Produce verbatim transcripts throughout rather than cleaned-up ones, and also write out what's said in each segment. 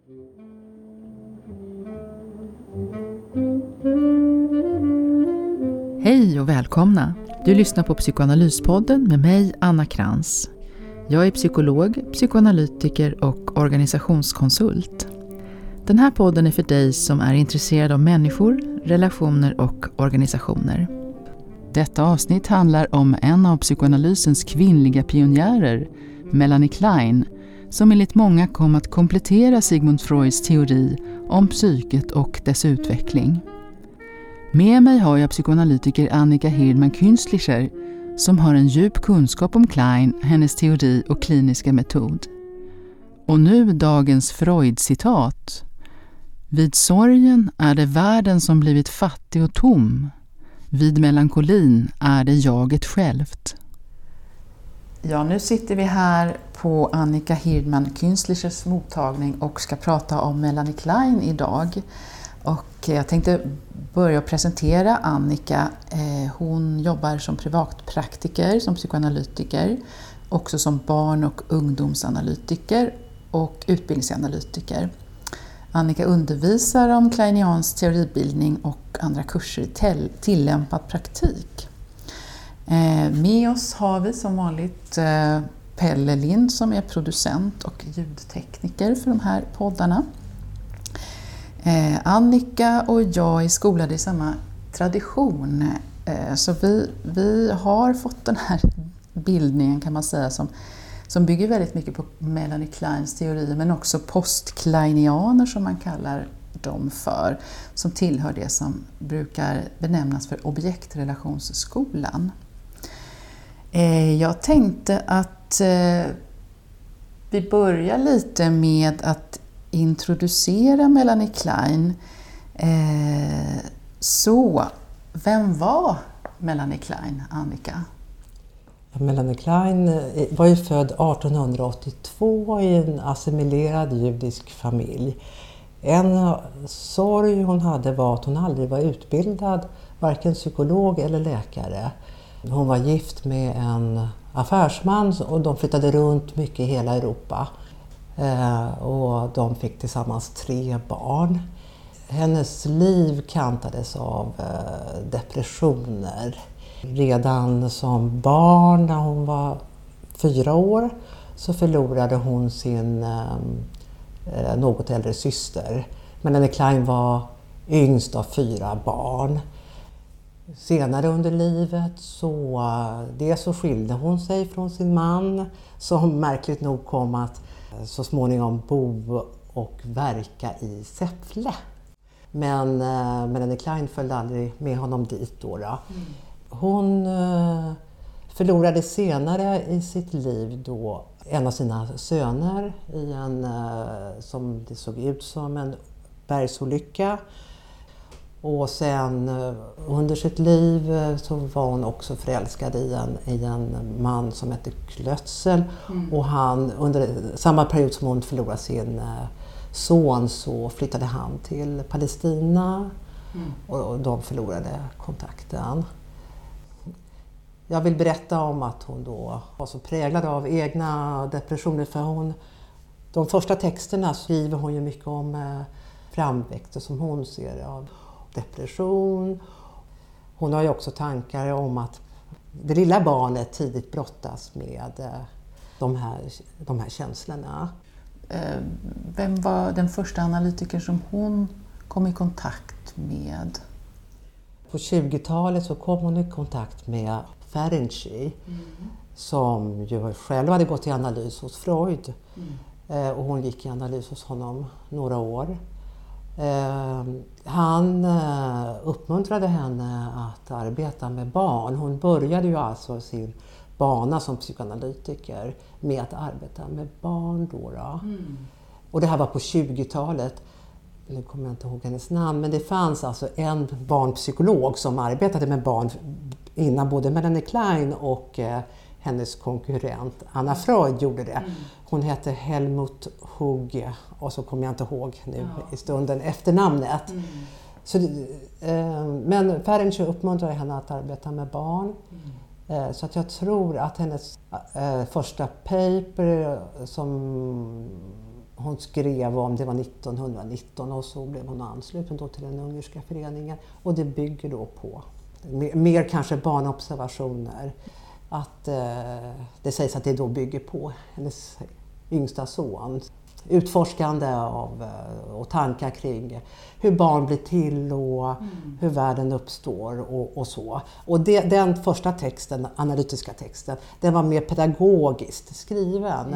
Hej och välkomna! Du lyssnar på Psykoanalyspodden med mig, Anna Krantz. Jag är psykolog, psykoanalytiker och organisationskonsult. Den här podden är för dig som är intresserad av människor, relationer och organisationer. Detta avsnitt handlar om en av psykoanalysens kvinnliga pionjärer, Melanie Klein, som enligt många kom att komplettera Sigmund Freuds teori om psyket och dess utveckling. Med mig har jag psykoanalytiker Annika Hirdman Künstlicher som har en djup kunskap om Klein, hennes teori och kliniska metod. Och nu dagens Freud-citat. Vid sorgen är det världen som blivit fattig och tom. Vid melankolin är det jaget självt. Ja, nu sitter vi här på Annika Hirdman Künstlichers mottagning och ska prata om Melanie Klein idag. Och jag tänkte börja presentera Annika. Hon jobbar som privatpraktiker, som psykoanalytiker, också som barn- och ungdomsanalytiker och utbildningsanalytiker. Annika undervisar om kleiniansk teoribildning och andra kurser i tillämpad praktik. Med oss har vi som vanligt Pelle Lind som är producent och ljudtekniker för de här poddarna. Eh, Annika och jag är skolade i samma tradition, eh, så vi, vi har fått den här bildningen kan man säga som, som bygger väldigt mycket på Melanie Kleins teorier, men också postkleinianer som man kallar dem för, som tillhör det som brukar benämnas för objektrelationsskolan. Eh, jag tänkte att eh, vi börjar lite med att introducera Melanie Klein. Eh, så, vem var Melanie Klein, Annika? Melanie Klein var ju född arton åttiotvå i en assimilerad judisk familj. En sorg hon hade var att hon aldrig var utbildad, varken psykolog eller läkare. Hon var gift med en affärsman och de flyttade runt mycket i hela Europa. Eh, och de fick tillsammans tre barn. Hennes liv kantades av eh, depressioner. Redan som barn, när hon var fyra år, så förlorade hon sin eh, något äldre syster. Melanie Klein var yngst av fyra barn. Senare under livet så, det så skilde hon sig från sin man, som märkligt nog kom att så småningom bo och verka i Säffle. Men eh, Melanie Klein följde aldrig med honom dit då. då. Mm. Hon eh, förlorade senare i sitt liv då en av sina söner i en, eh, som det såg ut som en bergsolycka. Och sen eh, under sitt liv eh, så var hon också förälskad i en, i en man som hette Klötzel. Mm. Och han, under samma period som hon förlorade sin eh, son, så flyttade han till Palestina. Mm. och, och de förlorade kontakten. Jag vill berätta om att hon då var så präglad av egna depressioner, för hon, de första texterna skriver hon ju mycket om eh, framväxten som hon ser av depression. Hon har ju också tankar om att det lilla barnet tidigt brottas med de här, de här känslorna. Vem var den första analytiker som hon kom i kontakt med? På tjugotalet så kom hon i kontakt med Ferenczi, mm. som ju själv hade gått i analys hos Freud. Mm. Och hon gick i analys hos honom några år. Eh, han eh, uppmuntrade henne att arbeta med barn. Hon började ju alltså sin bana som psykoanalytiker med att arbeta med barn då. då. Mm. Och det här var på tjugotalet. Nu kommer jag inte ihåg hennes namn, men det fanns alltså en barnpsykolog som arbetade med barn innan både Melanie Klein och eh, hennes konkurrent Anna Freud gjorde det. Mm. Hon hette Helmut Hugge, och så kommer jag inte ihåg nu ja. i stunden efternamnet. Mm. Så, eh, men Ferenczi uppmuntrade henne att arbeta med barn. Mm. Eh, så att jag tror att hennes eh, första paper som hon skrev om, det var nittonhundranitton och så blev hon ansluten då till den ungerska föreningen. Och det bygger då på mer, mer kanske barnobservationer. Att eh, det sägs att det då bygger på hennes yngsta son. Utforskande av och tankar kring hur barn blir till och mm. hur världen uppstår och, och så. Och det, den första texten, analytiska texten, den var mer pedagogiskt skriven.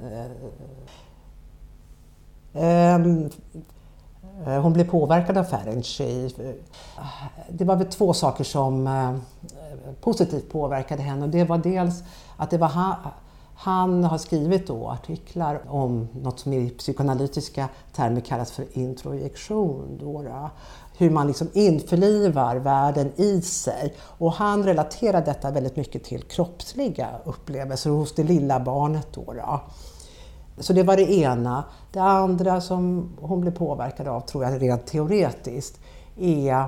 Mm. Eh, hon blev påverkad av Ferenczi. Det var väl två saker som eh, positivt påverkade henne. Och det var dels att det var han, han har skrivit då artiklar om något som i psykoanalytiska termer kallas för introjektion. Då, då. Hur man liksom införlivar världen i sig. Och han relaterar detta väldigt mycket till kroppsliga upplevelser hos det lilla barnet. Då, då. Så det var det ena. Det andra som hon blev påverkad av, tror jag rent teoretiskt, är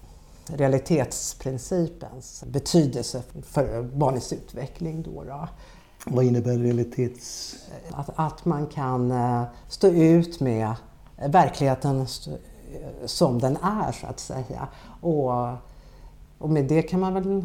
realitetsprincipens betydelse för barnets utveckling. Då, då. Vad innebär realitets... Att, att man kan stå ut med verkligheten som den är, så att säga. Och, och med det kan man väl...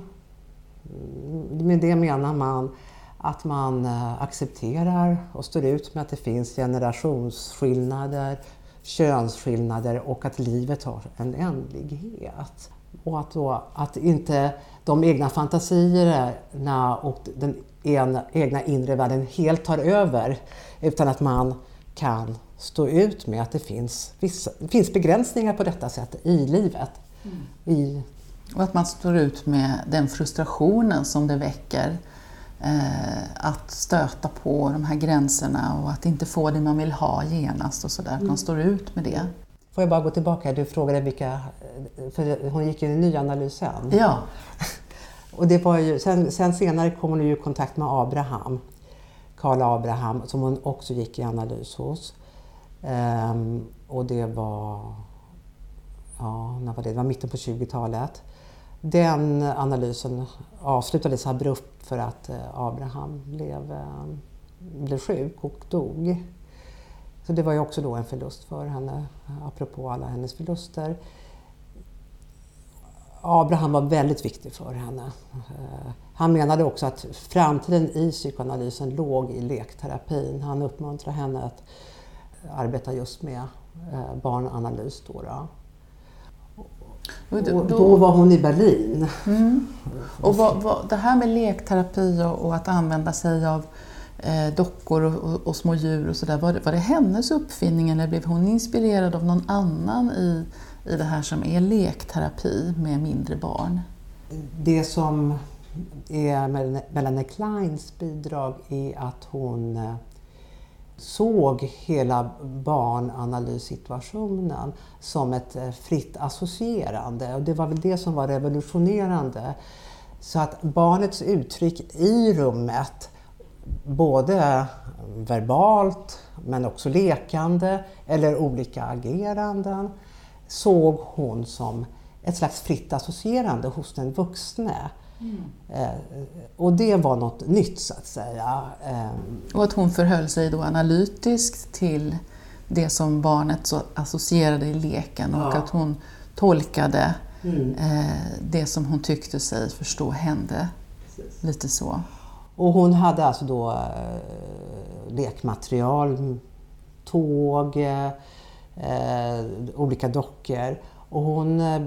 Med det menar man att man accepterar och står ut med att det finns generationsskillnader, könsskillnader och att livet har en ändlighet. Och att, då, att inte de egna fantasierna och den ena, egna inre världen helt tar över, utan att man kan stå ut med att det finns, vissa, det finns begränsningar på detta sätt i livet. Mm. I, och att man står ut med den frustrationen som det väcker. Att stöta på de här gränserna och att inte få det man vill ha genast och sådär. Att man står ut med det. Får jag bara gå tillbaka? Du frågade vilka... För hon gick ju i en ny analys sen. Ja. Och det var ju, sen, sen senare kom hon ju i kontakt med Abraham. Karl Abraham, som hon också gick i analys hos. Um, och det var... Ja, när var det? Det var mitten på tjugotalet. Den analysen avslutades abrupt för att Abraham blev, blev sjuk och dog. Så det var ju också då en förlust för henne, apropå alla hennes förluster. Abraham var väldigt viktig för henne. Han menade också att framtiden i psykoanalysen låg i lekterapin. Han uppmuntrade henne att arbeta just med barnanalys då. då. Och då, då var hon i Berlin. Mm. Och vad, vad, det här med lekterapi och, och att använda sig av eh, dockor och, och, och små djur och sådär. Var, var det hennes uppfinning eller blev hon inspirerad av någon annan i, i det här som är lekterapi med mindre barn? Det som är Melanie Kleins bidrag är att hon såg hela barnanalyssituationen som ett fritt associerande. Och det var väl det som var revolutionerande. Så att barnets uttryck i rummet, både verbalt men också lekande eller olika ageranden, såg hon som ett slags fritt associerande hos den vuxne. Mm. Eh, och det var något nytt, så att säga. Eh, och att hon förhöll sig då analytiskt till det som barnet så associerade i leken, och ja. Att hon tolkade mm. eh, det som hon tyckte sig förstå hände. Precis. Lite så. Och hon hade alltså då eh, lekmaterial, tåg, eh, olika dockor. Och hon eh,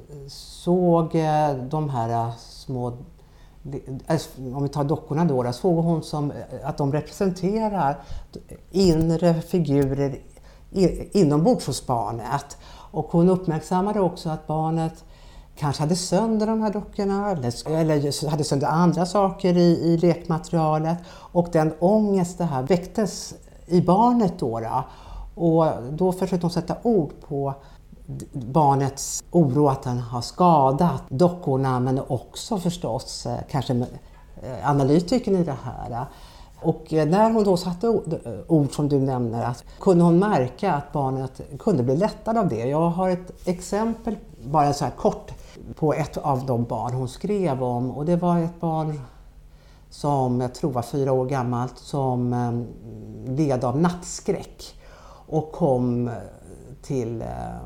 såg eh, de här eh, små, eh, om vi tar dockorna då, då, såg hon som att de representerar inre figurer i, inombords hos barnet. Och hon uppmärksammade också att barnet kanske hade sönder de här dockorna eller, eller hade sönder andra saker i, i lekmaterialet. Och den ångest det här väcktes i barnet då. då. Och då försökte hon sätta ord på barnets oro att den har skadat dockorna, men också förstås kanske analytiken i det här. Och när hon då satte ord som du nämner, att kunde hon märka att barnet kunde bli lättad av det. Jag har ett exempel, bara så här kort, på ett av de barn hon skrev om. Och det var ett barn som jag tror var fyra år gammalt som led av nattskräck. och kom till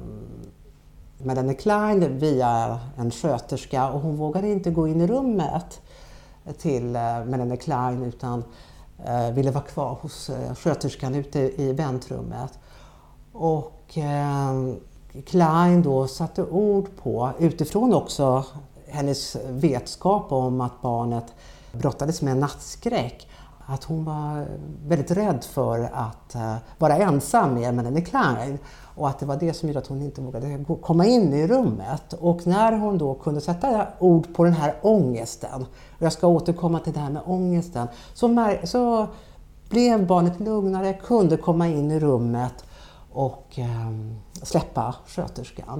Melanie Klein via en sköterska, och hon vågade inte gå in i rummet till Melanie Klein utan ville vara kvar hos sköterskan ute i väntrummet. Och Klein då satte ord på, utifrån också hennes vetskap om att barnet brottades med en nattskräck, att hon var väldigt rädd för att vara ensam med Melanie Klein, och att det var det som gjorde att hon inte vågade komma in i rummet. Och när hon då kunde sätta ord på den här ångesten, och jag ska återkomma till det här med ångesten, så, så blev barnet lugnare, kunde komma in i rummet och eh, släppa sköterskan.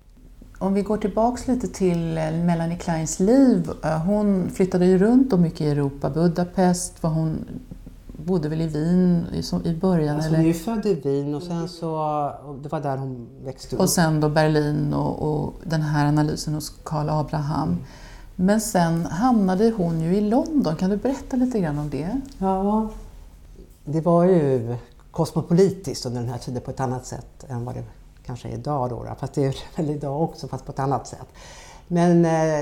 Om vi går tillbaks lite till Melanie Kleins liv. Hon flyttade ju runt och mycket i Europa. Budapest, var hon bodde väl i Wien i början? Alltså, eller? Hon är ju född i Wien och sen så, det var där hon växte upp. Och sen då Berlin och, och den här analysen hos Carl Abraham. Mm. Men sen hamnade hon ju i London. Kan du berätta lite grann om det? Ja, det var ju kosmopolitiskt under den här tiden på ett annat sätt än vad det kanske är idag då, fast det är väl idag också fast på ett annat sätt. Men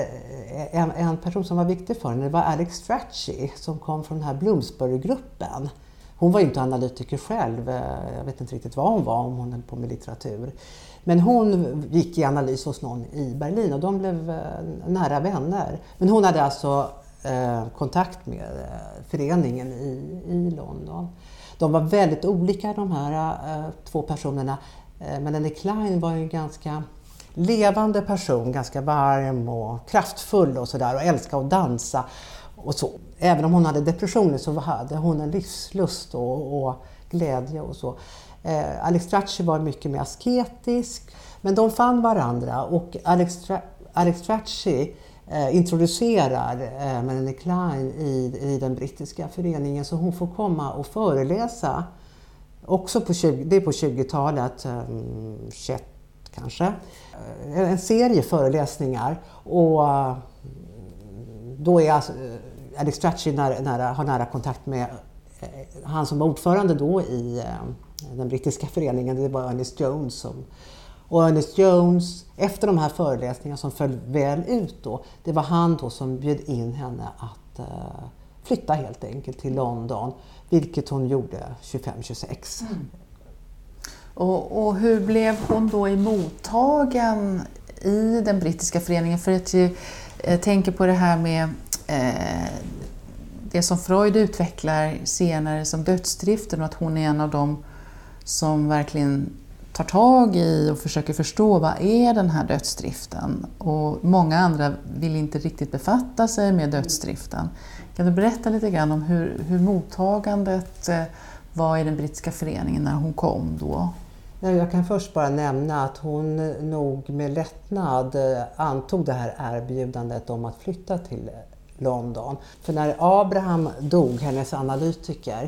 eh, en, en person som var viktig för henne var Alex Strachey som kom från den här Bloomsbury-gruppen. Hon var ju inte analytiker själv, jag vet inte riktigt vad hon var, om hon höll på med litteratur. Men hon gick i analys hos någon i Berlin och de blev eh, nära vänner. Men hon hade alltså eh, kontakt med eh, föreningen i, i London. De var väldigt olika de här eh, två personerna. Eh, Melanie Klein var ju en ganska levande person, ganska varm och kraftfull och sådär, och älskade att dansa och så. Även om hon hade depressioner så hade hon en livslust och, och glädje och så. Eh, Alex Strachey var mycket mer asketisk, men de fann varandra, och Alex, Stra- Alex Strachey eh, introducerar eh, Melanie Klein i, i den brittiska föreningen, så hon får komma och föreläsa också på tjugo, det är på tjugotalet, eh, tjugoett kanske, en serie föreläsningar, och då är alltså Alex Strachey nära, nära, har nära kontakt med han som var ordförande då i den brittiska föreningen, det var Ernest Jones. Som, och Ernest Jones, efter de här föreläsningarna som föll väl ut då, det var han då som bjöd in henne att uh, flytta helt enkelt till London, vilket hon gjorde tjugofem tjugosex. Mm. Och, och hur blev hon då emottagen i den brittiska föreningen? För att jag eh, tänker på det här med eh, det som Freud utvecklar senare som dödsdriften, och att hon är en av dem som verkligen tar tag i och försöker förstå vad är den här dödsdriften. Och många andra vill inte riktigt befatta sig med dödsdriften. Kan du berätta lite grann om hur, hur mottagandet eh, var i den brittiska föreningen när hon kom då? Jag kan först bara nämna att hon nog med lättnad antog det här erbjudandet om att flytta till London. För när Abraham dog, hennes analytiker,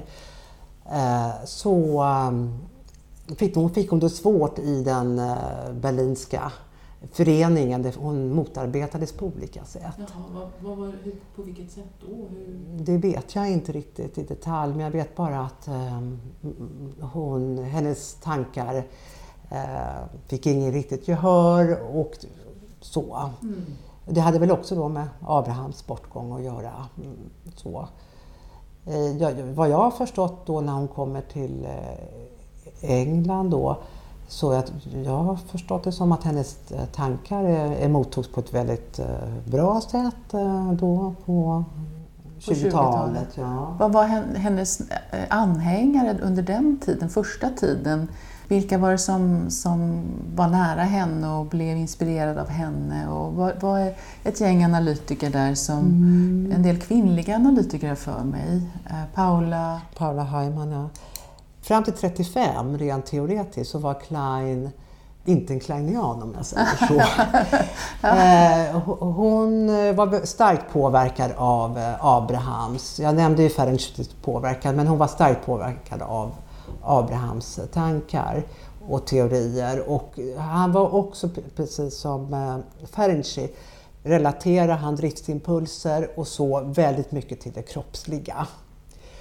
så fick hon, fick hon det svårt i den berlinska föreningen, där hon motarbetades på olika sätt. Jaha, vad, vad var, hur, på vilket sätt då? Hur? Det vet jag inte riktigt i detalj, men jag vet bara att um, hon, hennes tankar uh, fick ingen riktigt gehör och så. Mm. Det hade väl också då med Abrahams bortgång att göra. Mm, så. Uh, jag, vad jag har förstått då när hon kommer till uh, England då, så jag, jag har förstått det som att hennes tankar emottogs på ett väldigt bra sätt då på tjugotalet. Ja. Vad var hennes anhängare under den tiden, första tiden? Vilka var det som, som var nära henne och blev inspirerade av henne? Och var, var ett gäng analytiker där som mm. en del kvinnliga analytiker för mig. Paula... Paula Heimann, ja. Fram till trettiofem, rent teoretiskt, så var Klein inte en kleinian, om jag säger så. eh, hon var starkt påverkad av Abrahams, jag nämnde ju Ferencs påverkan, men hon var starkt påverkad av Abrahams tankar och teorier. Och han var också, precis som Ferenc, relaterade han driftsimpulser och så väldigt mycket till det kroppsliga.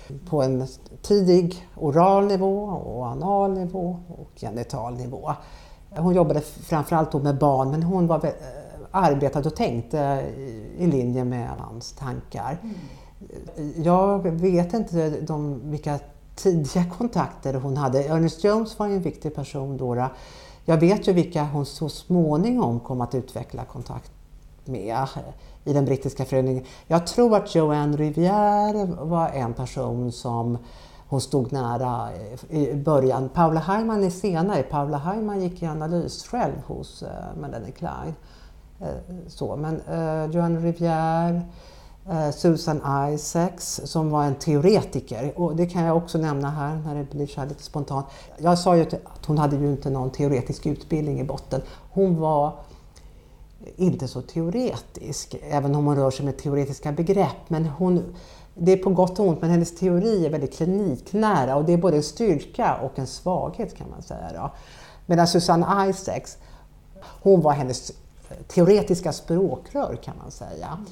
på en tidig oral nivå och anal nivå och genital nivå. Hon jobbade framförallt då med barn, men hon var, arbetade och tänkte i linje med hans tankar. Mm. Jag vet inte de, vilka tidiga kontakter hon hade. Ernest Jones var en viktig person då. Jag vet ju vilka hon så småningom kom att utveckla kontakt med i den brittiska föreningen. Jag tror att Joanne Rivière var en person som hon stod nära i början. Paula Heimann är senare. Paula Heimann gick i analys själv hos uh, Melanie Klein. Uh, så. Men uh, Joanne Rivière, uh, Susan Isaacs som var en teoretiker. Och det kan jag också nämna här när det blir så här lite spontant. Jag sa ju att hon hade ju inte någon teoretisk utbildning i botten. Hon var inte så teoretisk, även om hon rör sig med teoretiska begrepp. Men hon, det är på gott och ont, men hennes teori är väldigt kliniknära och det är både en styrka och en svaghet kan man säga. Då. Medan Susan Isaacs, hon var hennes teoretiska språkrör kan man säga. Mm.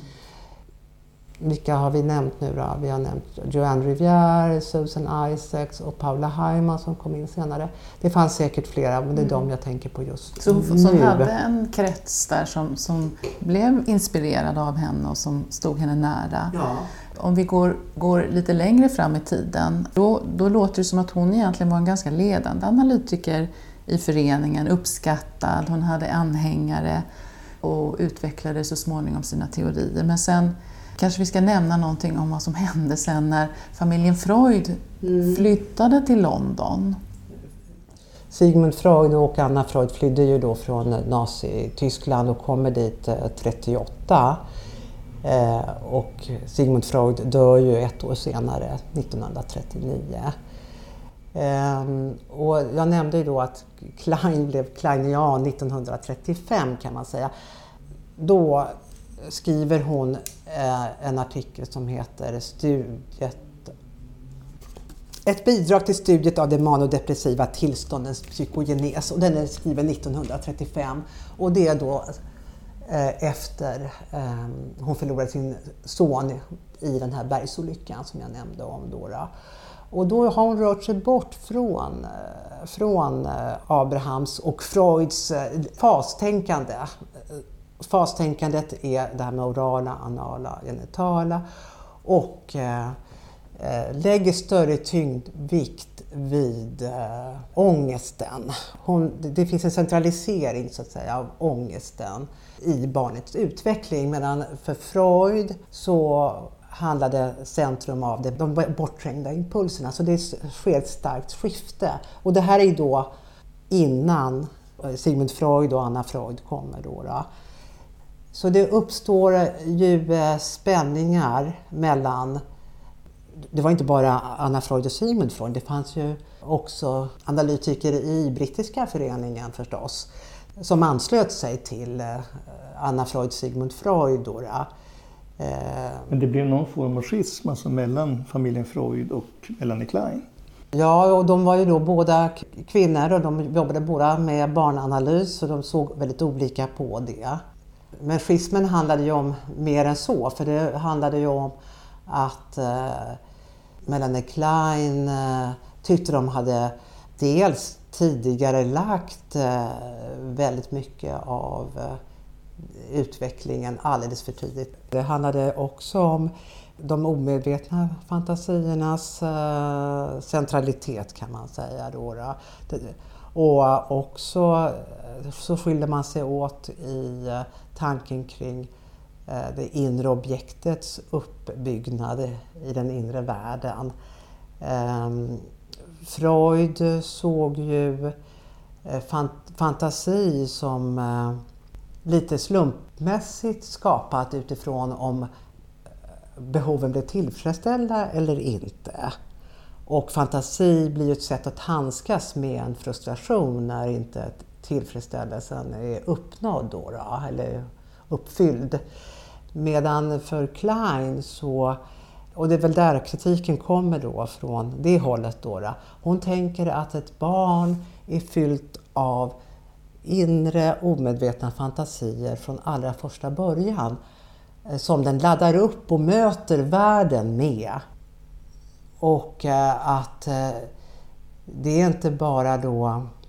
Vilka har vi nämnt nu då? Vi har nämnt Joanne Rivière, Susan Isaacs och Paula Heimann som kom in senare. Det fanns säkert flera, men det är mm. de jag tänker på just så, nu. Så hon hade en krets där som, som blev inspirerad av henne och som stod henne nära. Ja. Om vi går, går lite längre fram i tiden, då, då låter det som att hon egentligen var en ganska ledande analytiker i föreningen, uppskattad. Hon hade anhängare och utvecklade så småningom sina teorier. Men sen kanske vi ska nämna någonting om vad som hände sen när familjen Freud mm. flyttade till London. Sigmund Freud och Anna Freud flydde ju då från Nazi-Tyskland och kommer dit trettioåtta. Eh, och Sigmund Freud dör ju ett år senare, nittonhundratrettionio. Eh, och jag nämnde ju då att Klein blev kleinian nittonhundratrettiofem kan man säga. Då skriver hon eh, en artikel som heter Studiet, ett bidrag till studiet av det manodepressiva tillståndens psykogenes, och den är skriven nittonhundratrettiofem och det är då eh, efter eh, hon förlorade sin son i den här bergsolyckan som jag nämnde om då. då. Och då har hon rört sig bort från, eh, från eh, Abrahams och Freuds eh, fastänkande. Fastänkandet är det här med orala, anala, genitala och eh, lägger större tyngdvikt vid eh, ångesten. Hon, det finns en centralisering så att säga av ångesten i barnets utveckling, medan för Freud så handlade centrum av det, de bortträngda impulserna, så det sker ett starkt skifte. Och det här är då innan Sigmund Freud och Anna Freud kommer då. då. Så det uppstår ju spänningar mellan, det var inte bara Anna Freud och Sigmund Freud, det fanns ju också analytiker i brittiska föreningen förstås, som anslöt sig till Anna Freud och Sigmund Freud. Då, då. Men det blev någon form av schism alltså mellan familjen Freud och Melanie Klein? Ja, och de var ju då båda kvinnor och de jobbade båda med barnanalys och de såg väldigt olika på det. Men schismen handlade ju om mer än så, för det handlade ju om att eh, Melanie Klein eh, tyckte de hade dels tidigare lagt eh, väldigt mycket av eh, utvecklingen alldeles för tidigt. Det handlade också om de omedvetna fantasiernas eh, centralitet kan man säga då. då. Det, och också så skilde man sig åt i eh, tanken kring eh, det inre objektets uppbyggnad i den inre världen. Eh, Freud såg ju eh, fant- fantasi som eh, lite slumpmässigt skapat utifrån om behoven blev tillfredsställda eller inte. Och fantasi blir ett sätt att handskas med en frustration när inte tillfredsställelsen är uppnådd då, då, eller uppfylld. Medan för Klein så, och det är väl där kritiken kommer då från det hållet då, då. Hon tänker att ett barn är fyllt av inre omedvetna fantasier från allra första början som den laddar upp och möter världen med. Och eh, att eh, det är inte bara då,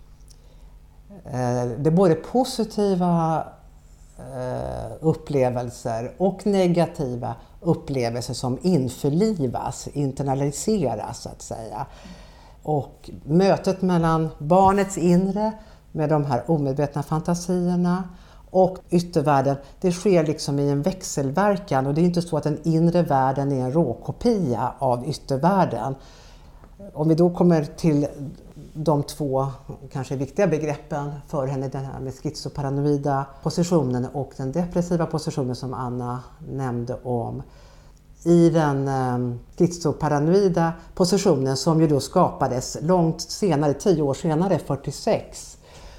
eh, det är både positiva eh, upplevelser och negativa upplevelser som införlivas, internaliseras så att säga. Och mötet mellan barnets inre med de här omedvetna fantasierna och yttervärlden, det sker liksom i en växelverkan, och det är inte så att den inre världen är en råkopia av yttervärlden. Om vi då kommer till de två kanske viktiga begreppen för henne, den här med schizoparanoida positionen och den depressiva positionen som Anna nämnde om. I den eh, schizoparanoida positionen, som ju då skapades långt senare, tio år senare, fyrtiosex,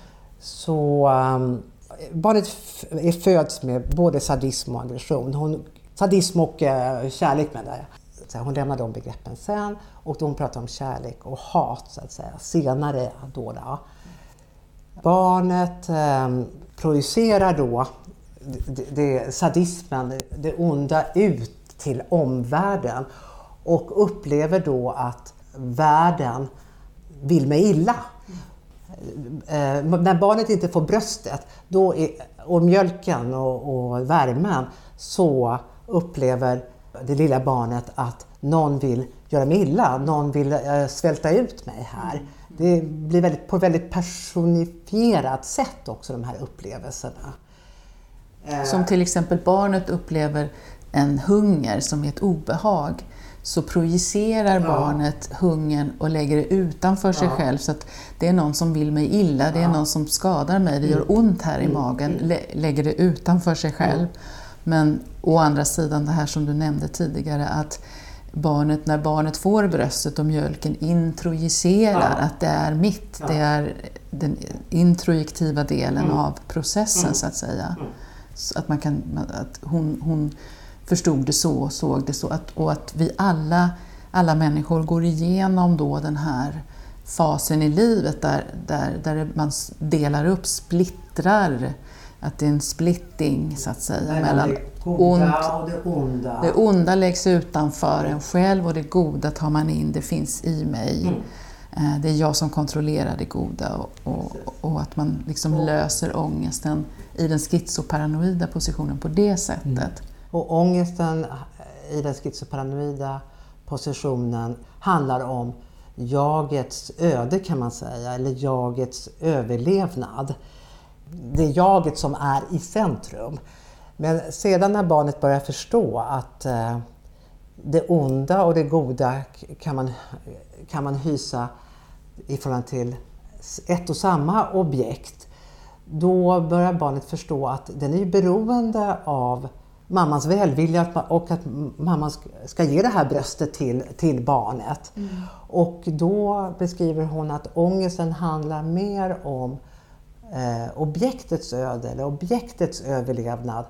så um, barnet f- är föds med både sadism och aggression. Hon, sadism och uh, kärlek menar jag. Hon lämnar de begreppen sen, och då hon pratar om kärlek och hat så att säga senare då. då. Barnet um, projicerar då det, det, sadismen, det onda ut till omvärlden och upplever då att världen vill mig illa. Eh, när barnet inte får bröstet då är, och mjölken och, och värmen, så upplever det lilla barnet att någon vill göra mig illa, någon vill eh, svälta ut mig här. Det blir väldigt, på ett väldigt personifierat sätt också, de här upplevelserna. Eh. Som till exempel barnet upplever en hunger som är ett obehag, så projicerar ja. barnet hungern och lägger det utanför sig ja. själv, så att det är någon som vill mig illa, det är ja. någon som skadar mig, det gör ont här i magen, lä- lägger det utanför sig själv. Mm. Men å andra sidan det här som du nämnde tidigare, att barnet, när barnet får bröstet och mjölken, introjicerar ja. att det är mitt, ja. det är den introjektiva delen mm. av processen mm. så att säga. Mm. Så att man kan, att hon, hon förstod det så och såg det så, att, och att vi alla, alla människor går igenom då den här fasen i livet där, där, där man delar upp, splittrar, att det är en splitting så att säga mellan, mellan det goda och det onda. Det onda läggs utanför en själv och det goda tar man in, det finns i mig. Mm. Det är jag som kontrollerar det goda, och, och, och att man liksom och. löser ångesten i den schizoparanoida positionen på det sättet. Mm. Och ångesten i den schizoparanoida positionen handlar om jagets öde kan man säga, eller jagets överlevnad. Det är jaget som är i centrum. Men sedan när barnet börjar förstå att eh, det onda och det goda kan man, kan man hysa i förhållande till ett och samma objekt, då börjar barnet förstå att den är beroende av mammans välvilja och att mamman ska ge det här bröstet till, till barnet. Mm. Och då beskriver hon att ångesten handlar mer om eh, objektets öde eller objektets överlevnad.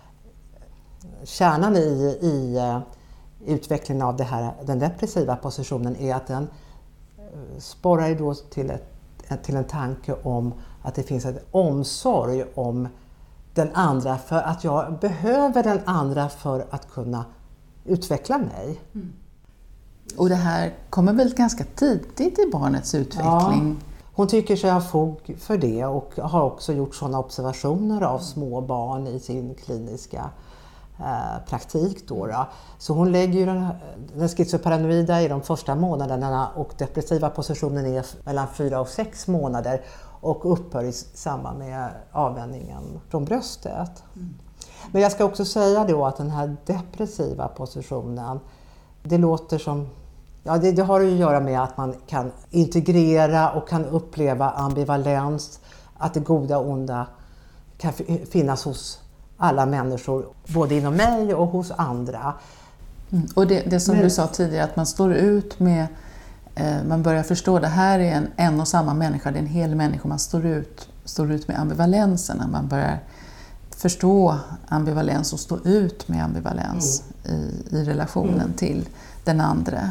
Kärnan i, i uh, utvecklingen av det här, den depressiva positionen är att den uh, sporrar då till, ett, till en tanke om att det finns en omsorg om den andra, för att jag behöver den andra för att kunna utveckla mig. Mm. Och det här kommer väl ganska tidigt i barnets utveckling? Ja, hon tycker sig ha fog för det och har också gjort sådana observationer av små barn i sin kliniska eh, praktik. Då, då. Så hon lägger ju den, den schizoparanoida i de första månaderna och depressiva positionen är mellan fyra och sex månader. Och upphör i samband med avvändningen från bröstet. Mm. Men jag ska också säga då att den här depressiva positionen, det låter som, ja det, det har att göra med att man kan integrera och kan uppleva ambivalens, att det goda och onda kan finnas hos alla människor, både inom mig och hos andra. Mm. Och det, det som Men, du sa tidigare, att man står ut med, man börjar förstå att det här är en, en och samma människa, det är en hel människa, man står ut, står ut med ambivalenserna, man börjar förstå ambivalens och stå ut med ambivalens mm. i, i relationen mm. till den andra.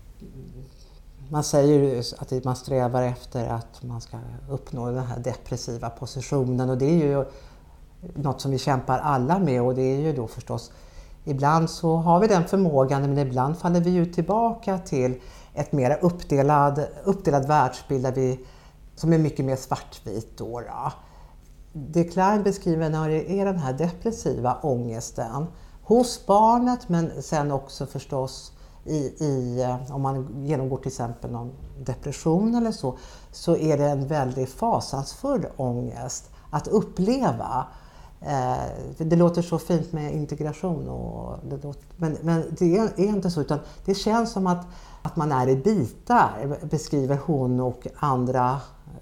Man säger ju att man strävar efter att man ska uppnå den här depressiva positionen, och det är ju något som vi kämpar alla med, och det är ju då förstås ibland så har vi den förmågan, men ibland faller vi ju tillbaka till ett mer uppdelad, uppdelad världsbild där vi, som är mycket mer svartvit. Då, då. Det Klein beskriver när det är den här depressiva ångesten hos barnet, men sen också förstås i, i, om man genomgår till exempel någon depression eller så, så är det en väldigt fasansfull ångest att uppleva. Eh, det låter så fint med integration, och det låter, men, men det är, är inte så, utan det känns som att, att man är i bitar, beskriver hon och andra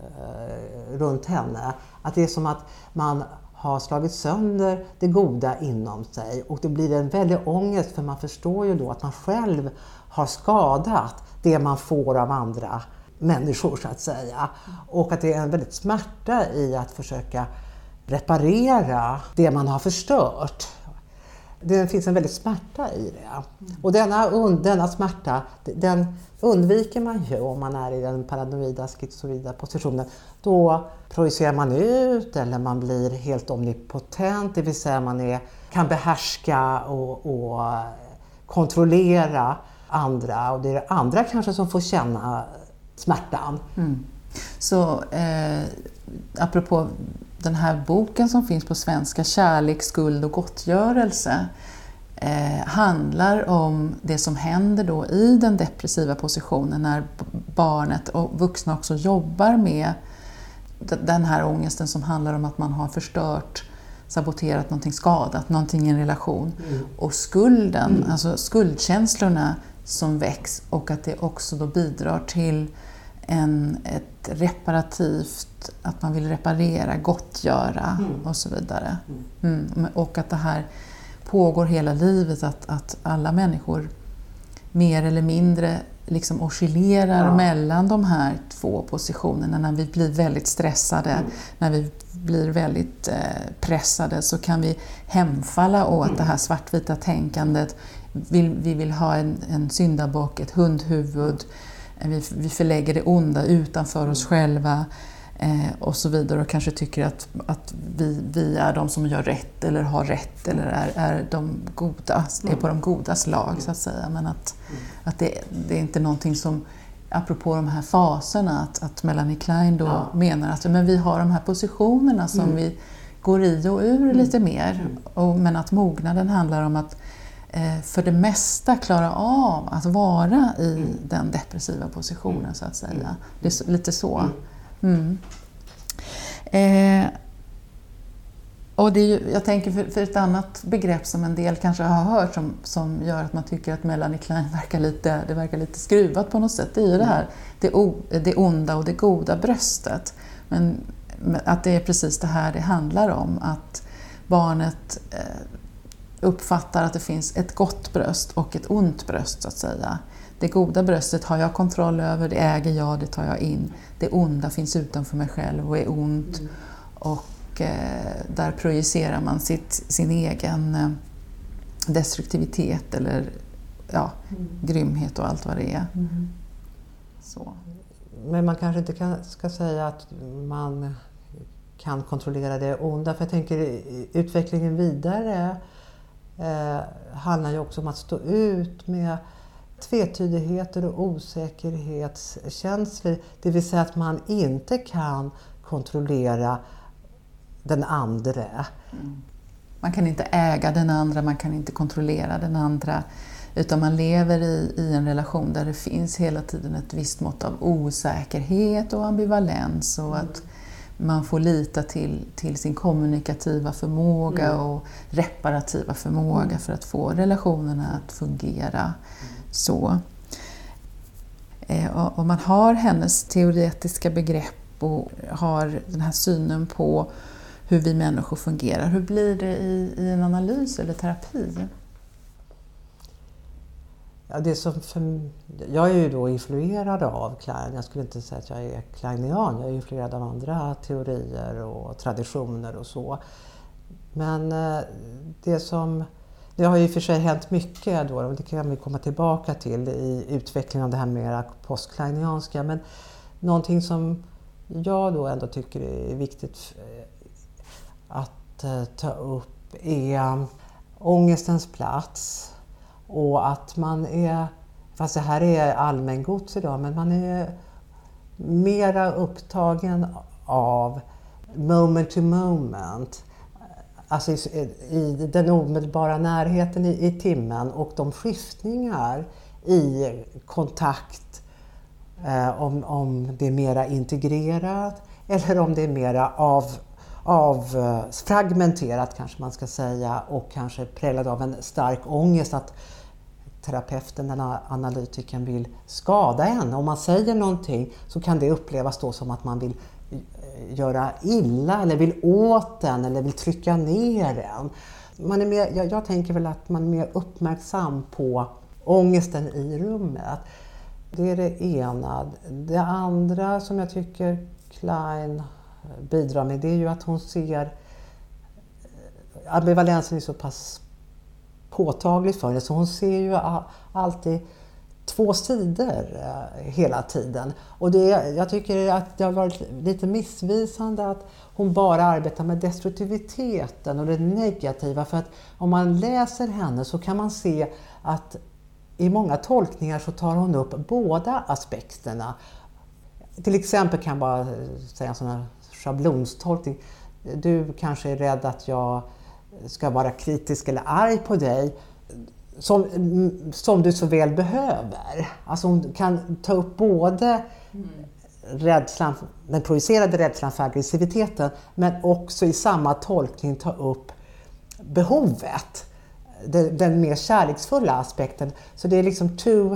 eh, runt henne. Att det är som att man har slagit sönder det goda inom sig, och det blir en väldig ångest, för man förstår ju då att man själv har skadat det man får av andra människor så att säga. Och att det är en väldigt smärta i att försöka reparera det man har förstört. Det finns en väldigt smärta i det. Och denna, denna smärta, den undviker man ju om man är i den paranoida, schizoida positionen. Då projicerar man ut, eller man blir helt omnipotent, det vill säga man är, kan behärska och, och kontrollera andra. Och det är andra kanske som får känna smärtan. Mm. Så eh, apropå den här boken som finns på svenska, Kärlek, skuld och gottgörelse, eh, handlar om det som händer då i den depressiva positionen när barnet och vuxna också jobbar med den här ångesten som handlar om att man har förstört, saboterat någonting, skadat någonting i en relation. Mm. Och skulden, mm. alltså skuldkänslorna som väcks, och att det också då bidrar till en, ett reparativt, att man vill reparera, gottgöra mm. och så vidare. Mm. Och att det här pågår hela livet, att, att alla människor mer eller mindre liksom oscillerar ja. mellan de här två positionerna. När vi blir väldigt stressade, mm. när vi blir väldigt eh, pressade, så kan vi hemfalla åt mm. det här svartvita tänkandet. Vi, vi vill ha en, en syndabock, ett hundhuvud. Vi, vi förlägger det onda utanför oss själva eh, och så vidare, och kanske tycker att, att vi, vi är de som gör rätt eller har rätt eller är, är, de goda, är på de godas lag så att säga. Men att, att det, det är inte någonting som, apropå de här faserna, att, att Melanie Klein då ja. menar att men vi har de här positionerna som mm. vi går i och ur mm. lite mer. Och, men att mognaden handlar om att för det mesta klara av att vara i mm. den depressiva positionen så att säga. Mm. Det är lite så. Mm. Eh, och det är ju, jag tänker för, för ett annat begrepp som en del kanske har hört som, som gör att man tycker att Melanie Klein verkar lite, det verkar lite skruvat på något sätt. Det är ju det här, det, o, det onda och det goda bröstet. Men att det är precis det här det handlar om. Att barnet eh, uppfattar att det finns ett gott bröst och ett ont bröst så att säga. Det goda bröstet har jag kontroll över, det äger jag, det tar jag in. Det onda finns utanför mig själv och är ont. Mm. Och eh, där projicerar man sitt, sin egen eh, destruktivitet eller ja, mm. grymhet och allt vad det är. Mm. Så. Men man kanske inte kan, ska säga att man kan kontrollera det onda. För jag tänker utvecklingen vidare Eh, handlar ju också om att stå ut med tvetydigheter och osäkerhetskänslor. Det vill säga att man inte kan kontrollera den andra. Mm. Man kan inte äga den andra, man kan inte kontrollera den andra. Utan man lever i, i en relation där det finns hela tiden ett visst mått av osäkerhet och ambivalens. Och mm. att man får lita till, till sin kommunikativa förmåga mm. och reparativa förmåga mm. för att få relationerna att fungera. Mm. Så. Eh, och, och man har hennes teoretiska begrepp och har den här synen på hur vi människor fungerar. Hur blir det i, i en analys eller terapi? Ja, det som för, jag är ju då influerad av Klein. Jag skulle inte säga att jag är kleinian. Jag är influerad av andra teorier och traditioner och så. Men det som... Det har ju för sig hänt mycket då, och det kan vi komma tillbaka till i utvecklingen av det här mera postkleinianska. Men någonting som jag då ändå tycker är viktigt att ta upp är ångestens plats och att man är, fast det här är allmängods idag, men man är mera upptagen av moment to moment. Alltså i, i den omedelbara närheten i, i timmen och de skiftningar i kontakt, eh, om, om det är mera integrerat eller om det är mera av, av eh, fragmenterat kanske man ska säga, och kanske präglad av en stark ångest att terapeuten, den analytikern, vill skada en. Om man säger någonting så kan det upplevas då som att man vill göra illa eller vill åt den eller vill trycka ner den. Man är mer, jag, jag tänker väl att man är mer uppmärksam på ångesten i rummet. Det är det ena. Det andra som jag tycker Klein bidrar med, det är ju att hon ser ambivalensen är så pass påtaglig för det, så hon ser ju alltid två sidor hela tiden. Och det, jag tycker att det har varit lite missvisande att hon bara arbetar med destruktiviteten och det negativa. För att om man läser henne så kan man se att i många tolkningar så tar hon upp båda aspekterna. Till exempel kan jag bara säga en sån här schablonstolkning. Du kanske är rädd att jag ska vara kritisk eller arg på dig. Som, som du så väl behöver. Alltså hon kan ta upp både mm. rädslan, den projicerade rädslan för aggressiviteten, men också i samma tolkning ta upp behovet. Den, den mer kärleksfulla aspekten. Så det är liksom two,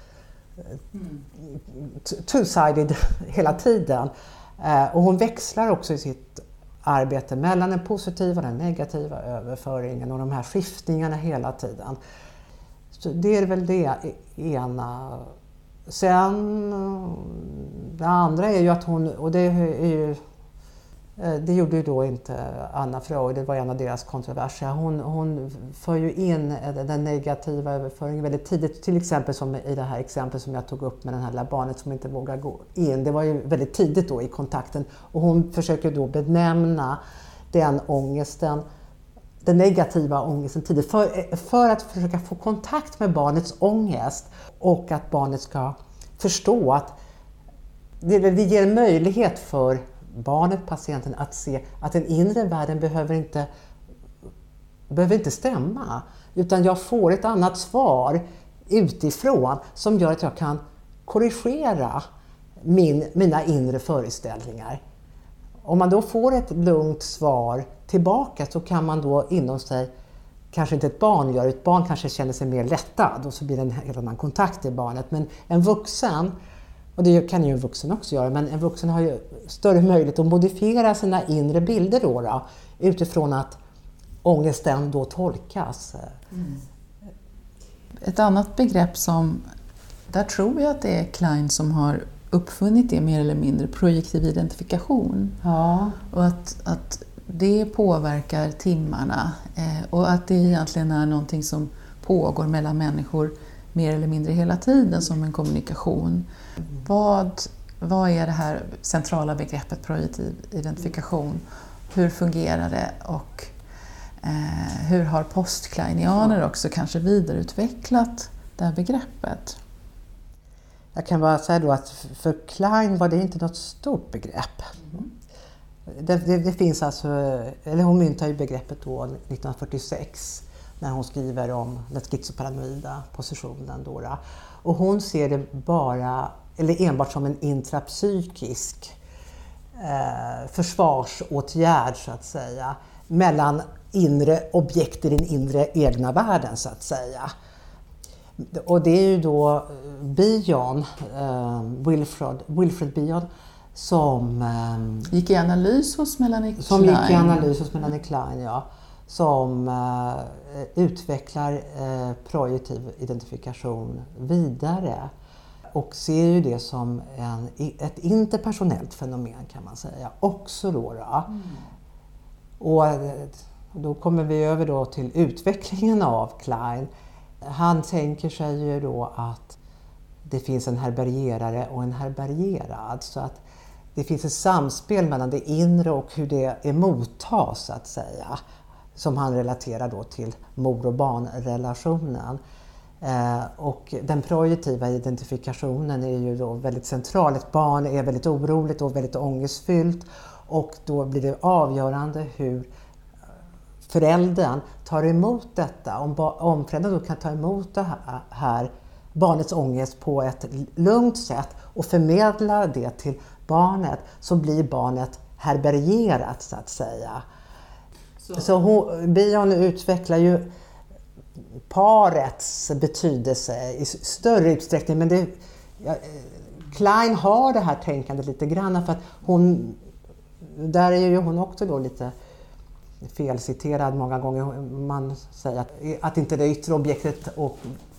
mm. two-sided hela tiden. Och hon växlar också i sitt arbete mellan den positiva och den negativa överföringen och de här skiftningarna hela tiden. Så det är väl det ena. Sen det andra är ju att hon, och det är ju, det gjorde ju då inte Anna Freud, det var en av deras kontroverser. Hon, hon för ju in den negativa överföringen väldigt tidigt, till exempel som i det här exemplet som jag tog upp med det här lilla barnet som inte vågar gå in. Det var ju väldigt tidigt då i kontakten, och hon försöker då benämna den ångesten, den negativa ångesten tidigt, för, för att försöka få kontakt med barnets ångest och att barnet ska förstå att det, det ger en möjlighet för barnet, patienten, att se att den inre världen behöver inte, behöver inte stämma, utan jag får ett annat svar utifrån som gör att jag kan korrigera min, mina inre föreställningar. Om man då får ett lugnt svar tillbaka så kan man då inom sig, kanske inte ett barn gör, ett barn kanske känner sig mer lättad och så blir det en helt annan kontakt i barnet, men en vuxen, och det kan ju en vuxen också göra, men en vuxen har ju större möjlighet att modifiera sina inre bilder då, då utifrån att ångesten då tolkas. Mm. Ett annat begrepp som, där tror jag att det är Klein som har uppfunnit det mer eller mindre, projektiv identifikation. Ja. Och att, att det påverkar timmarna eh, och att det egentligen är någonting som pågår mellan människor mer eller mindre hela tiden som en kommunikation. Mm. Vad, vad är det här centrala begreppet projektiv identifikation? Hur fungerar det och eh, hur har postkleinianer också kanske vidareutvecklat det här begreppet? Jag kan bara säga då att för Klein var det inte något stort begrepp. Mm. Det, det, det finns alltså, eller hon myntar ju begreppet då nittonhundrafyrtiosex när hon skriver om den schizoparanoida positionen då, då. Och hon ser det bara, eller enbart som en intrapsykisk eh, försvarsåtgärd så att säga, mellan inre objekt i den inre egna världen så att säga. Och det är ju då Bion, eh, Wilfred, Wilfred Bion, som eh, gick i analys hos Melanie Klein. Som gick i analys hos Melanie Klein, ja. Som eh, utvecklar eh, projektiv identifikation vidare. Och ser ju det som en, ett interpersonellt fenomen kan man säga. Också då. då. Mm. Och då kommer vi över då till utvecklingen av Klein. Han tänker sig ju då att det finns en härbärgerare och en härbärgerad, så att det finns ett samspel mellan det inre och hur det är mottas så att säga. som han relaterar då till mor- och barnrelationen. Eh, och den projektiva identifikationen är ju då väldigt central. Ett barn är väldigt oroligt och väldigt ångestfyllt, och då blir det avgörande hur föräldern tar emot detta. Om, om föräldern då kan ta emot det här, här barnets ångest på ett lugnt sätt och förmedla det till barnet, så blir barnet härbärgerat så att säga. Så, så hon, Bion utvecklar ju parets betydelse i större utsträckning, men det, ja, Klein har det här tänkandet lite grann, för att hon, där är ju hon också då lite felciterad många gånger. Man säger att, att inte det yttre objektet och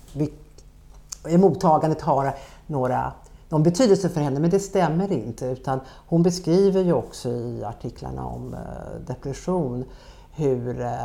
mottagandet har några någon betydelse för henne, men det stämmer inte, utan hon beskriver ju också i artiklarna om eh, depression hur eh,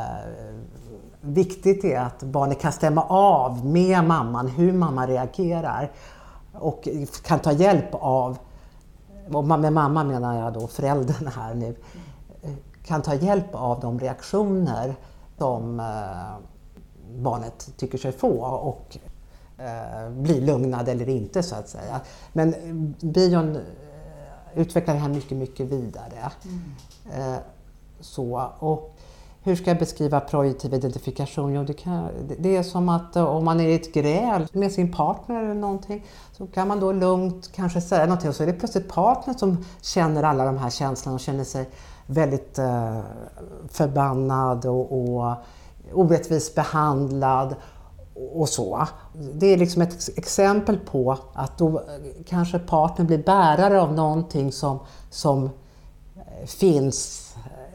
viktigt det är att barnet kan stämma av med mamman, hur mamma reagerar, och kan ta hjälp av, och med mamma menar jag då föräldern här nu, kan ta hjälp av de reaktioner som eh, barnet tycker sig få och eh, bli lugnad eller inte så att säga. Men Bion utvecklar det här mycket, mycket vidare. Mm. Eh, så, och hur ska jag beskriva projektiv identifikation? Jo, det, kan, det är som att om man är i ett gräl med sin partner eller någonting, så kan man då lugnt kanske säga någonting, och så är det plötsligt partner som känner alla de här känslorna och känner sig väldigt eh, förbannad och, och orättvist behandlad och så. Det är liksom ett exempel på att då kanske partnern blir bärare av någonting som, som finns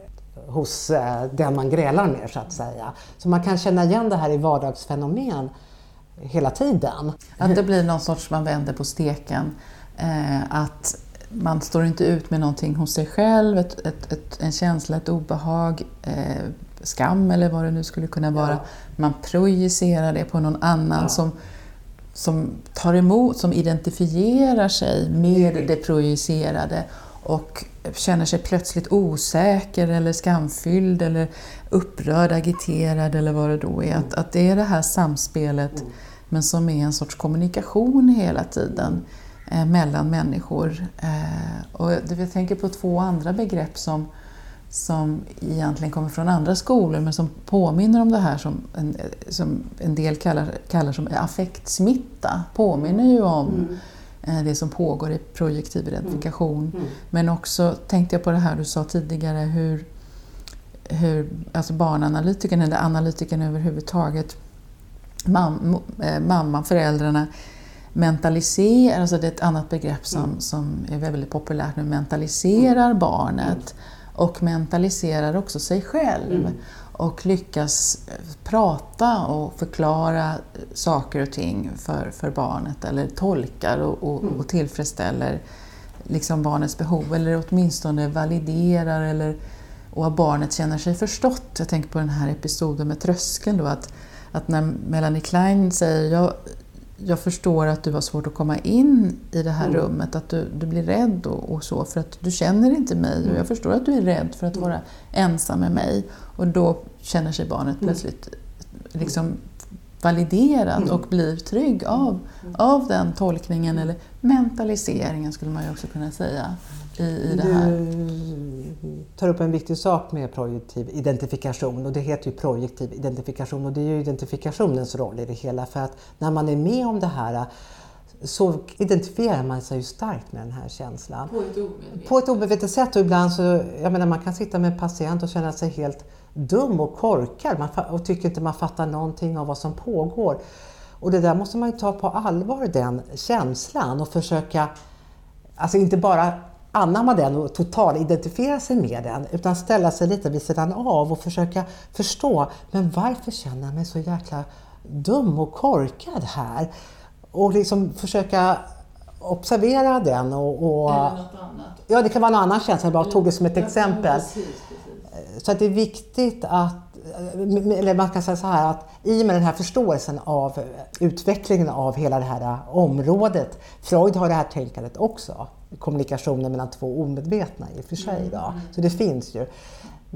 hos den man grälar med så att säga. Så man kan känna igen det här i vardagsfenomen hela tiden. Att det blir någon sorts, man vänder på steken, eh, att man står inte ut med någonting hos sig själv, ett, ett, ett, en känsla, ett obehag, eh, skam eller vad det nu skulle kunna vara. Ja. Man projicerar det på någon annan ja. som, som tar emot, som identifierar sig med mm. det projicerade och känner sig plötsligt osäker eller skamfylld eller upprörd, agiterad eller vad det då är. Mm. Att, att det är det här samspelet mm. men som är en sorts kommunikation hela tiden eh, mellan människor. Eh, och jag tänker på två andra begrepp som, som egentligen kommer från andra skolor men som påminner om det här som en, som en del kallar, kallar som affektsmitta. Påminner ju om mm. det som pågår i projektiv identifikation. Mm. Mm. Men också tänkte jag på det här du sa tidigare, hur, hur alltså barnanalytikern eller analytikern överhuvudtaget, mam, äh, mamma, föräldrarna mentaliserar, alltså det är ett annat begrepp som, mm. som är väldigt populärt nu, mentaliserar mm. barnet och mentaliserar också sig själv. Mm. Och lyckas prata och förklara saker och ting för, för barnet, eller tolkar och, och, och tillfredsställer liksom barnets behov, eller åtminstone validerar, eller, och att barnet känner sig förstått. Jag tänker på den här episoden med tröskeln då, att, att när Melanie Klein säger jag, jag förstår att du har svårt att komma in i det här mm. rummet, att du, du blir rädd och, och så, för att du känner inte mig mm. och jag förstår att du är rädd för att vara ensam med mig, och då känner sig barnet mm. plötsligt liksom validerat mm. och blir trygg av, mm. av den tolkningen eller mentaliseringen skulle man ju också kunna säga i, i det här. Du tar upp en viktig sak med projektiv identifikation, och det heter ju projektiv identifikation, och det är ju identifikationens roll i det hela, för att när man är med om det här så identifierar man sig ju starkt med den här känslan. På ett omedvetet, På ett omedvetet sätt, och ibland så, jag menar, man kan sitta med en patient och känna sig helt dum och korkad man, och tycker inte man fattar någonting av vad som pågår. Och det där måste man ju ta på allvar, den känslan, och försöka, alltså inte bara anamma den och total identifiera sig med den, utan ställa sig lite vid sidan av och försöka förstå, men varför känner jag mig så jäkla dum och korkad här? Och liksom försöka observera den. Och, och, eller något annat. Ja, det kan vara någon annan känsla, jag bara tog det som ett exempel. Precis, precis. Så att det är viktigt att, eller man kan säga så här, att i med den här förståelsen av utvecklingen av hela det här området, Freud har det här tänkandet också, kommunikationen mellan två omedvetna i och för sig då. Så det finns ju.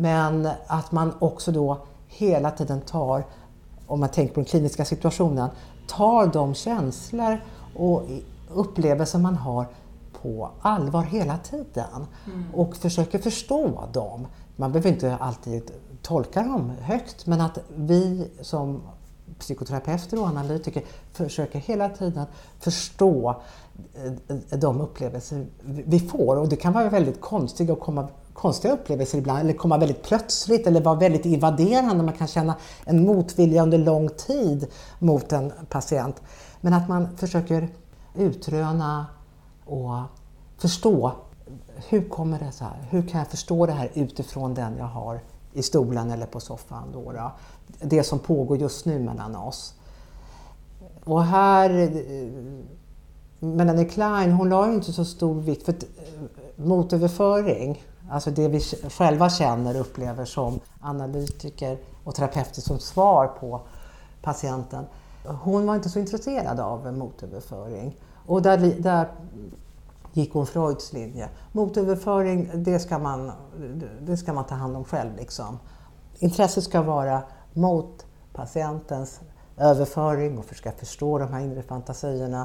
Men att man också då hela tiden tar, om man tänker på den kliniska situationen, tar de känslor och upplevelser man har på allvar hela tiden. Mm. Och försöker förstå dem. Man behöver inte alltid tolka dem högt, men att vi som psykoterapeuter och analytiker försöker hela tiden förstå de upplevelser vi får. Och det kan vara väldigt konstiga och komma konstiga upplevelser ibland, eller komma väldigt plötsligt eller vara väldigt invaderande. Man kan känna en motvilja under lång tid mot en patient. Men att man försöker utröna och förstå, hur kommer det så här? Hur kan jag förstå det här utifrån den jag har i stolen eller på soffan då, då? Det som pågår just nu mellan oss. Och här, Melanie Klein, hon la ju inte så stor vikt för motöverföring, alltså det vi själva känner och upplever som analytiker och terapeuter som svar på patienten. Hon var inte så intresserad av motöverföring. Och där, där gick hon Freuds linje. Motöverföring, det ska man, det ska man ta hand om själv liksom. Intresset ska vara mot patientens överföring och försöka förstå de här inre fantasierna.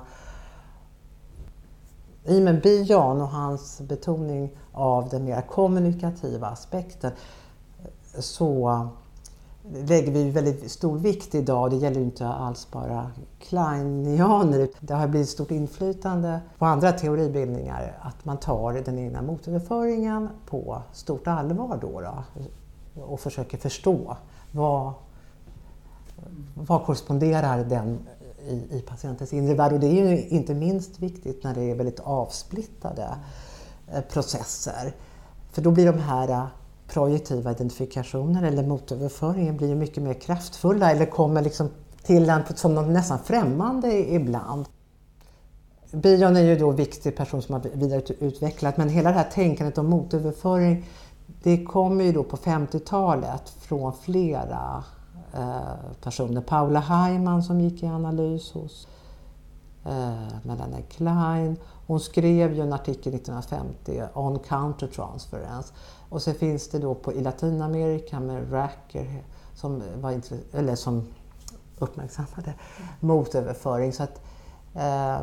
I med Bion och hans betoning av den mer kommunikativa aspekten så lägger vi väldigt stor vikt idag. Det gäller ju inte alls bara kleinianer. Det har blivit stort inflytande på andra teoribildningar att man tar den egna motöverföringen på stort allvar då, då och försöker förstå vad, vad korresponderar den i, i patientens inre värld. Och det är ju inte minst viktigt när det är väldigt avsplittade processer. För då blir de här projektiva identifikationer eller motöverföringen blir mycket mer kraftfulla eller kommer liksom till en som något nästan främmande ibland. Bion är ju då en viktig person som har vidareutvecklat, men hela det här tänkandet om motöverföring, det kommer ju då på femtiotalet från flera eh, personer. Paula Heimann som gick i analys hos eh, Melanie Klein. Hon skrev ju en artikel nittonhundrafemtio on countertransference. Och så finns det då på, i Latinamerika med Racker som, var, eller som uppmärksammade motöverföring. Så att, eh,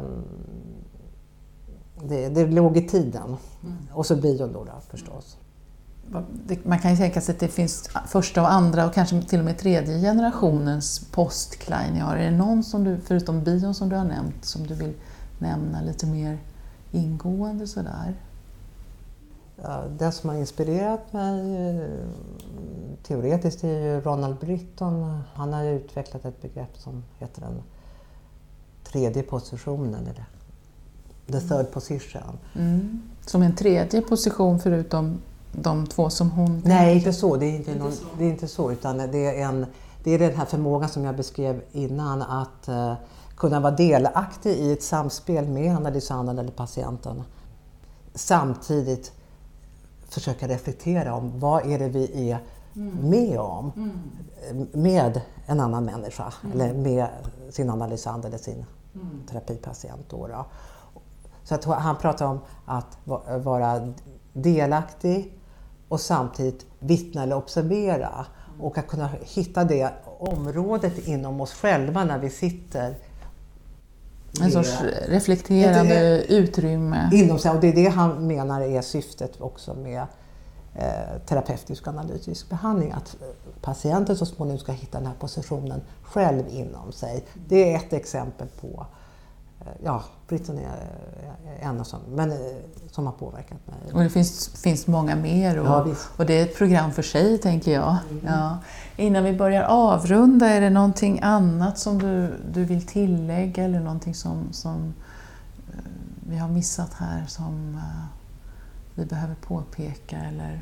det, det låg i tiden. Mm. Och så Bion då, då förstås. Man kan ju tänka sig att det finns första och andra och kanske till och med tredje generationens post-Kleinianer. Är det någon som du, förutom Bion som du har nämnt, som du vill nämna lite mer ingående sådär? Ja, det som har inspirerat mig teoretiskt är ju Ronald Britton. Han har utvecklat ett begrepp som heter den tredje positionen, eller the third position. Mm. Som en tredje position förutom de två som hon... Nej, inte så. Det är inte, någon, det är inte så, utan det är, en, det är den här förmågan som jag beskrev innan, att uh, kunna vara delaktig i ett samspel med analysanden eller patienten. Samtidigt försöka reflektera om vad är det vi är mm. med om mm. med en annan människa mm. eller med sin analysand eller sin mm. terapipatient. Då, då. Så att han pratar om att vara delaktig och samtidigt vittna eller observera mm. och att kunna hitta det området inom oss själva när vi sitter. En sorts reflekterande det, utrymme. Inom sig, och det är det han menar är syftet också med eh, terapeutisk och analytisk behandling. Att patienten så småningom ska hitta den här positionen själv inom sig. Det är ett exempel på, eh, ja, Britton är en av som, men, eh, som har påverkat mig. Och det finns, finns många mer och, ja, och det är ett program för sig, tänker jag. Mm. Ja. Innan vi börjar avrunda, är det någonting annat som du, du vill tillägga eller någonting som, som uh, vi har missat här som uh, vi behöver påpeka? Eller?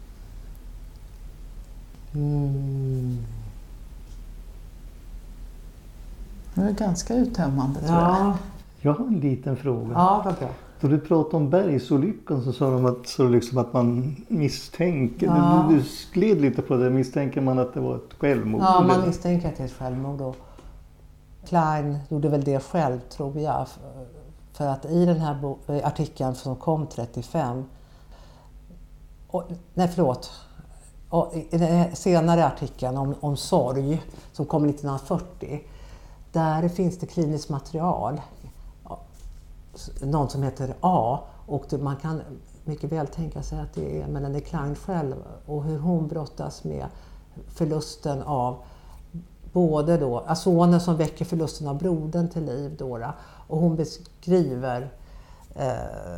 Mm. Det är ganska uttömmande, tror ja. jag. Jag har en liten fråga. Ja, vad bra. Då du pratade om bergsolyckan så sa de att, så liksom att man misstänker, ja. du, du gled lite på det, misstänker man att det var ett självmord? Ja, man misstänker att det är ett självmord. Och Klein gjorde väl det själv, tror jag. För att i den här artikeln som kom trettiofem, och, nej förlåt, Och i den senare artikeln om, om sorg som kom nittonhundrafyrtio, där finns det kliniskt material, någon som heter A, och det, man kan mycket väl tänka sig att det är Melanie Klein själv och hur hon brottas med förlusten av både då, sonen som väcker förlusten av brodern till liv då, och hon beskriver eh,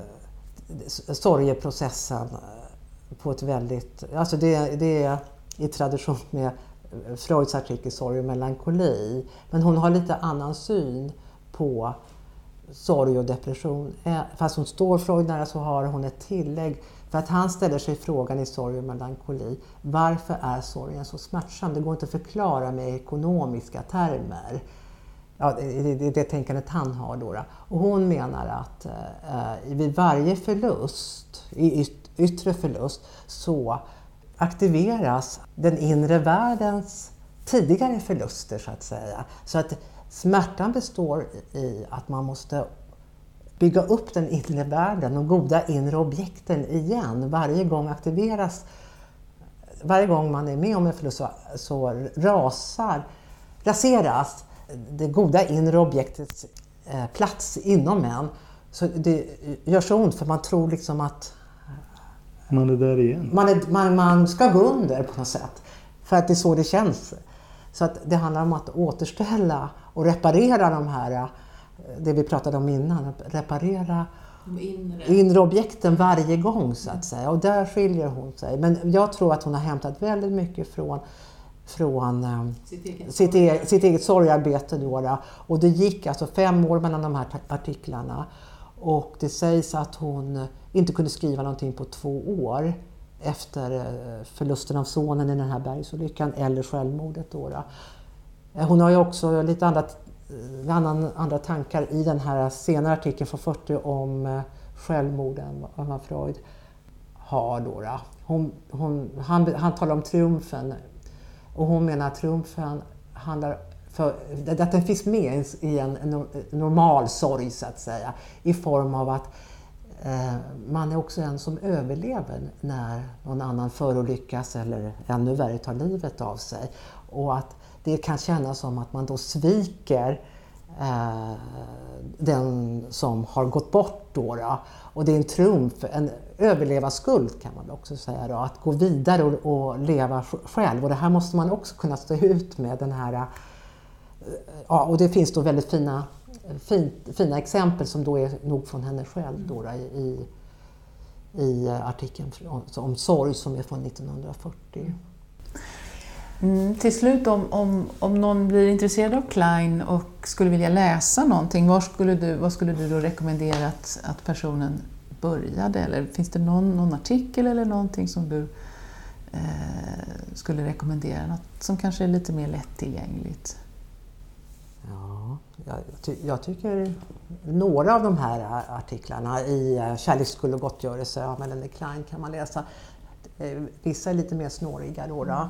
sorgeprocessen på ett väldigt, alltså det, det är i tradition med Freuds artikel Sorg och melankoli, men hon har lite annan syn på sorg och depression. Fast hon står Freud nära så har hon ett tillägg, för att han ställer sig frågan i Sorg och melankoli: varför är sorgen så smärtsam? Det går inte att förklara med ekonomiska termer. Ja, det är det tänkandet han har då. Och hon menar att eh, vid varje förlust, i yt- yttre förlust, så aktiveras den inre världens tidigare förluster så att säga. Så att smärtan består i att man måste bygga upp den inre världen, de goda inre objekten igen. Varje gång aktiveras, varje gång man är med om en förlust så, så rasar, raseras det goda inre objektets eh, plats inom en. Så det gör så ont för man tror liksom att man är där igen. Man, är, man, man ska gå under på något sätt. För att det är så det känns. Så att det handlar om att återställa och reparera de här, det vi pratade om innan, reparera inre. inre objekten varje gång så att säga. Och där skiljer hon sig. Men jag tror att hon har hämtat väldigt mycket från, från sitt, eget sitt, e, sitt eget sorgarbete då. Och det gick alltså fem år mellan de här artiklarna. Och det sägs att hon inte kunde skriva någonting på två år efter förlusten av sonen i den här bergsolyckan eller självmordet då. Hon har ju också lite andra, annan, andra tankar i den här senare artikeln från fyrtio om självmorden vad Freud har då. Hon, hon, han, han talar om triumfen och hon menar att triumfen handlar för att den finns med i en normal sorg så att säga, i form av att eh, man är också en som överlever när någon annan förolyckas eller ännu värre tar livet av sig, och att det kan kännas som att man då sviker eh, den som har gått bort då, då. Och det är en triumf, en överlevarskuld kan man också säga då, att gå vidare och, och leva själv, och det här måste man också kunna stå ut med den här. Ja, och det finns då väldigt fina, fin, fina exempel som då är nog från henne själv då, då i, i artikeln om, om sorg som är från nittonhundrafyrtio. Mm, till slut, om, om, om någon blir intresserad av Klein och skulle vilja läsa någonting, var skulle du, vad skulle du då rekommendera att, att personen började? Eller finns det någon, någon artikel eller någonting som du eh, skulle rekommendera? Något som kanske är lite mer lättillgängligt? Ja, jag, ty- jag tycker några av de här artiklarna i Kärlek, skuld och gottgörelse av Melanie Klein kan man läsa. Vissa är lite mer snåriga då. då.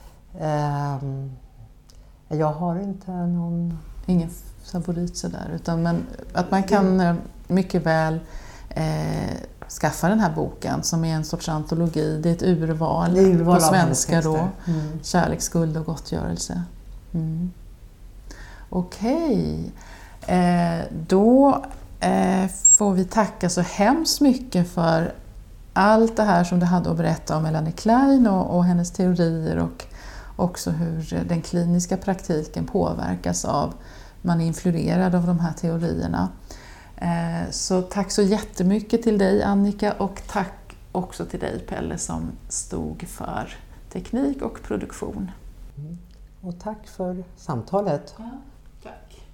Um, jag har inte någon... Ingen favorit sådär, utan men att man kan mycket väl eh, skaffa den här boken som är en sorts antologi. Det är ett urval, urval på svenska då. Mm. Kärlek, skuld och gottgörelse. Mm. Okej, eh, då eh, får vi tacka så hemskt mycket för allt det här som du hade att berätta om Melanie Klein och, och hennes teorier, och också hur den kliniska praktiken påverkas av, man är influerad av de här teorierna. Eh, så tack så jättemycket till dig Annika, och tack också till dig Pelle som stod för teknik och produktion. Mm. Och tack för samtalet. Ja, tack.